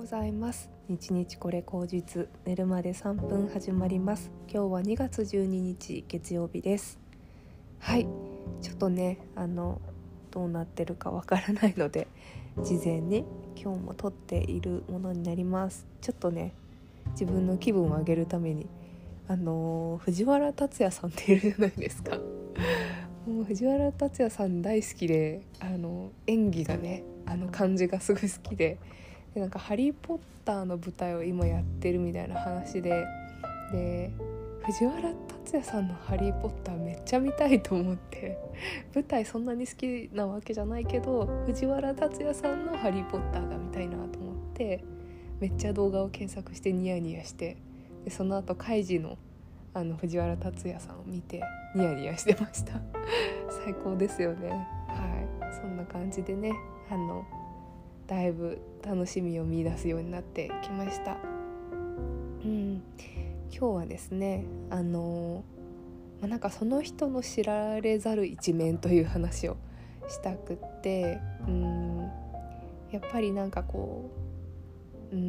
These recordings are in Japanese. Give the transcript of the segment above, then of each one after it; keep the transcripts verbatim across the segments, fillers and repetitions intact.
ございます。日々これ口実、寝るまでさんぷん始まります。今日はにがつじゅうににち月曜日です。はい、ちょっとねあのどうなってるかわからないので事前に今日も撮っているものになります。ちょっとね自分の気分を上げるためにあの藤原竜也さんっているじゃないですか。もう藤原竜也さん大好きで、あの演技がねあの感じがすごい好きで、でなんかハリーポッターの舞台を今やってるみたいな話で、で藤原竜也さんのハリーポッターめっちゃ見たいと思って、舞台そんなに好きなわけじゃないけど藤原竜也さんのハリーポッターが見たいなと思ってめっちゃ動画を検索してニヤニヤして、でその後カイジのあの藤原竜也さんを見てニヤニヤしてました最高ですよね。はい、そんな感じでねあのだいぶ楽しみを見出すようになってきました。うん、今日はですねあの、まあ、なんかその人の知られざる一面という話をしたくって、うん、やっぱりなんかこう、うん、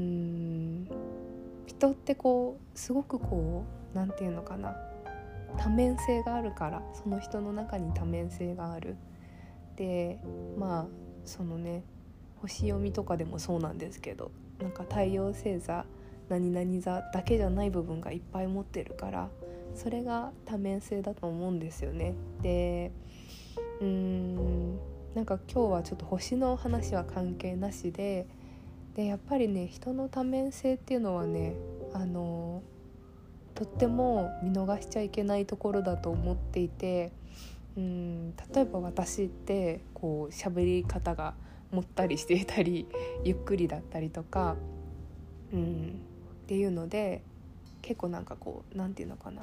人ってこうすごくこうなんていうのかな、多面性があるから、その人の中に多面性がある。でまあそのね星読みとかでもそうなんですけど、なんか太陽星座何々座だけじゃない部分がいっぱい持ってるから、それが多面性だと思うんですよね。でうーんなんか今日はちょっと星の話は関係なしで、でやっぱりね人の多面性っていうのはねあのとっても見逃しちゃいけないところだと思っていて、うん例えば私ってこう喋り方がもったりしていたりゆっくりだったりとか、うん、っていうので結構なんかこうなんていうのかな、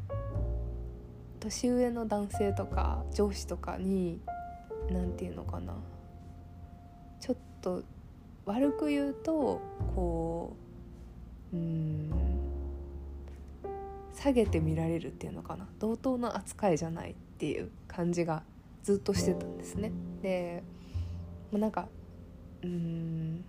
年上の男性とか上司とかになんていうのかな、ちょっと悪く言うとこう、うーん下げて見られるっていうのかな、同等の扱いじゃないっていう感じがずっとしてたんですね。でもうなんかうーん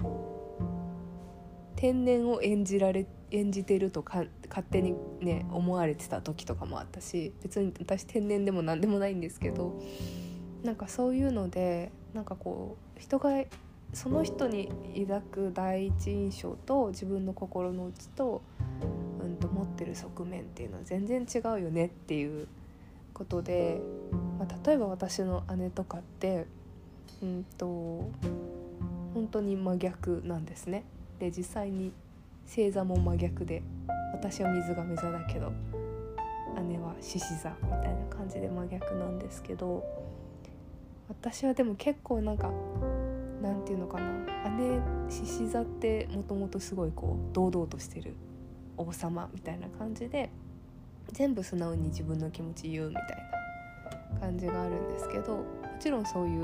天然を演じられ演じてるとか勝手にね思われてた時とかもあったし、別に私天然でも何でもないんですけど、なんかそういうのでなんかこう人がその人に抱く第一印象と自分の心の内と、うん、と持ってる側面っていうのは全然違うよねっていうことで、まあ、例えば私の姉とかって、うんと本当に真逆なんですね。で実際に星座も真逆で、私は水亀座だけど姉は獅子座みたいな感じで真逆なんですけど、私はでも結構なんかなんていうのかな、姉獅子座ってもともとすごいこう堂々としてる王様みたいな感じで全部素直に自分の気持ち言うみたいな感じがあるんですけど、もちろんそういう、うん、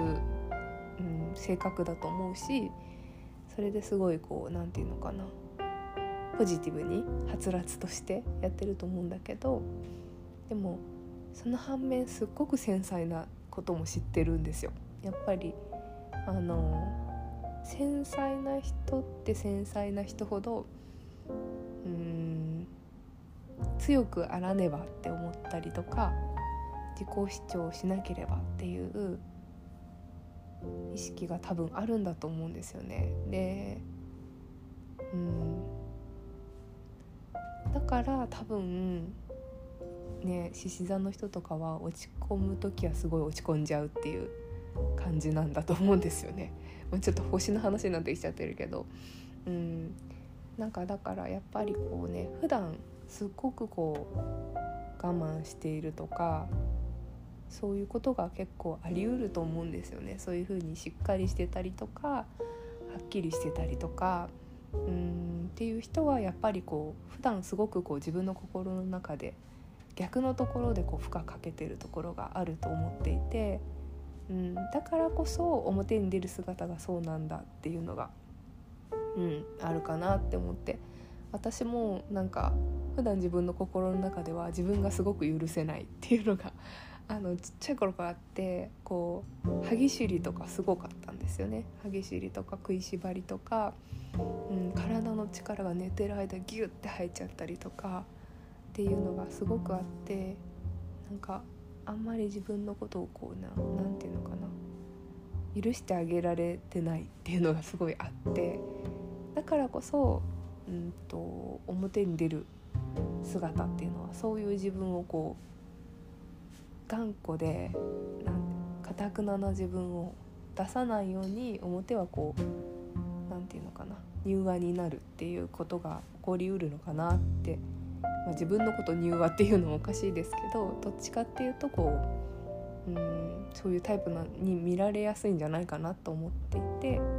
性格だと思うし、それですごいこうなんていうのかな、ポジティブにはつらつとしてやってると思うんだけど、でもその反面すっごく繊細なことも知ってるんですよ。やっぱりあの繊細な人って繊細な人ほどうーん強くあらねばって思ったりとか、自己主張しなければっていう意識が多分あるんだと思うんですよね。でうんだから多分ね獅子座の人とかは落ち込むときはすごい落ち込んじゃうっていう感じなんだと思うんですよね。ちょっと星の話になってきちゃってるけど、うんなんかだからやっぱりこうね普段すっごくこう我慢しているとか、そういうことが結構あり得ると思うんですよね。そういう風にしっかりしてたりとかはっきりしてたりとか、うーんっていう人はやっぱりこう普段すごくこう自分の心の中で逆のところでこう負荷かけてるところがあると思っていて、うん、だからこそ表に出る姿がそうなんだっていうのが、うん、あるかなって思って、私もなんか普段自分の心の中では自分がすごく許せないっていうのがあのちっちゃい頃からあって、こう歯ぎしりとかすごかったんですよね。歯ぎしりとか食いしばりとか、うん、体の力が寝てる間ギュッて入っちゃったりとかっていうのがすごくあって、なんかあんまり自分のことをこうな、なんていうのかな、許してあげられてないっていうのがすごいあって、だからこそ、うんと表に出る姿っていうのはそういう自分をこう頑固で堅くなな自分を出さないように、表はこうなんていうのかな、柔和になるっていうことが起こりうるのかなって、まあ、自分のこと柔和っていうのもおかしいですけど、どっちかっていうとこう、うん、そういうタイプなに見られやすいんじゃないかなと思っていて、で、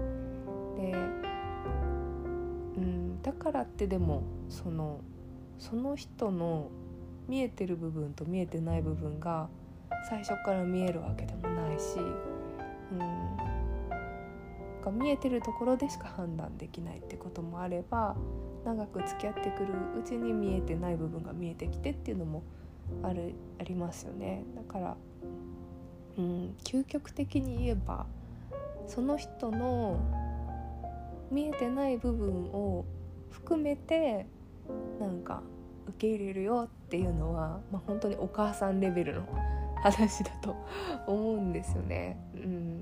うん、だからってでもそのその人の見えてる部分と見えてない部分が最初から見えるわけでもないし、うん、が見えてるところでしか判断できないってこともあれば、長く付き合ってくるうちに見えてない部分が見えてきてっていうのもあるありますよね。だから、うん、究極的に言えばその人の見えてない部分を含めてなんか受け入れるよっていうのは、まあ、本当にお母さんレベルの話だと思うんですよね、うん、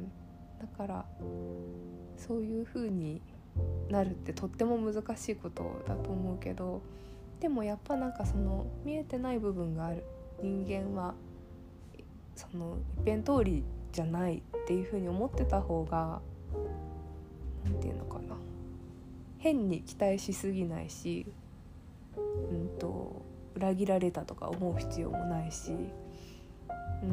だからそういう風になるってとっても難しいことだと思うけど、でもやっぱなんかその見えてない部分がある人間はその一辺通りじゃないっていう風に思ってた方が、なんていうのかな、変に期待しすぎないし、うんと裏切られたとか思う必要もないし、うん、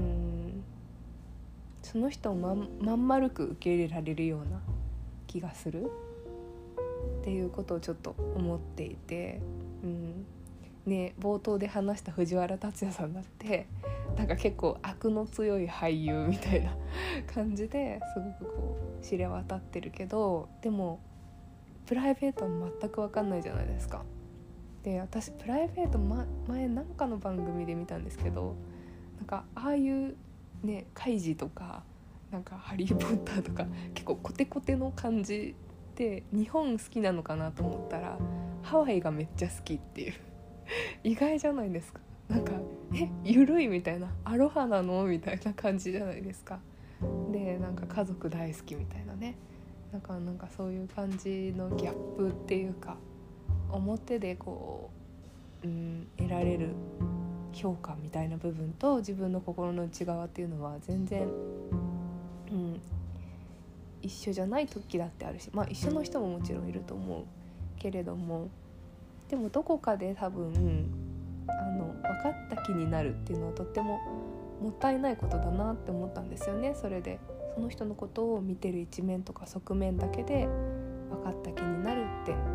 その人をまん、まん丸く受け入れられるような気がするっていうことをちょっと思っていて、うんね、冒頭で話した藤原竜也さんだってなんか結構悪の強い俳優みたいな感じですごくこう知れ渡ってるけど、でもプライベートは全く分かんないじゃないですか。で、私プライベート、ま、前なんかの番組で見たんですけど、なんかああいうねカイジとかなんかハリーポッターとか結構コテコテの感じで日本好きなのかなと思ったらハワイがめっちゃ好きっていう意外じゃないですか。なんかえゆるいみたいな、アロハなのみたいな感じじゃないですか。でなんか家族大好きみたいなね、なんかなんかそういう感じのギャップっていうか、表でこう、うん、得られる評価みたいな部分と自分の心の内側っていうのは全然、うん、一緒じゃない時だってあるし、まあ一緒の人ももちろんいると思うけれども、でもどこかで多分あの分かった気になるっていうのはとってももったいないことだなって思ったんですよね。それでその人のことを見てる一面とか側面だけで分かった気になるって、うん、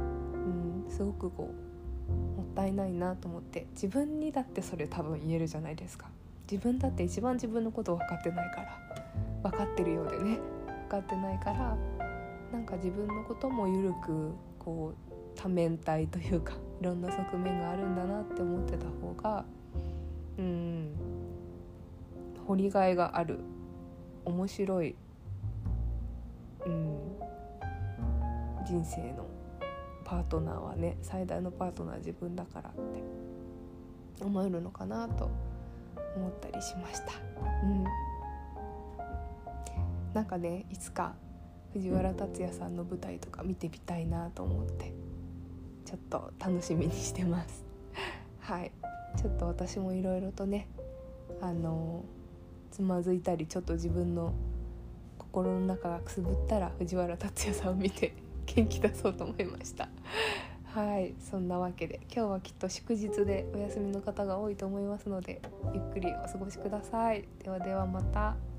すごくこうもったいないなと思って、自分にだってそれ多分言えるじゃないですか。自分だって一番自分のこと分かってないから、分かってるようでね分かってないから、なんか自分のことも緩くこう多面体というかいろんな側面があるんだなって思ってた方が、うん、掘りがいがある、面白い、うん、人生のパートナーはね、最大のパートナーは自分だからって思えるのかなと思ったりしました、うん、なんかねいつか藤原竜也さんの舞台とか見てみたいなと思ってちょっと楽しみにしてますはい、ちょっと私もいろいろとねあのつまずいたりちょっと自分の心の中がくすぶったら藤原竜也さんを見て元気出そうと思いましたはい、そんなわけで今日はきっと祝日でお休みの方が多いと思いますのでゆっくりお過ごしください。ではではまた。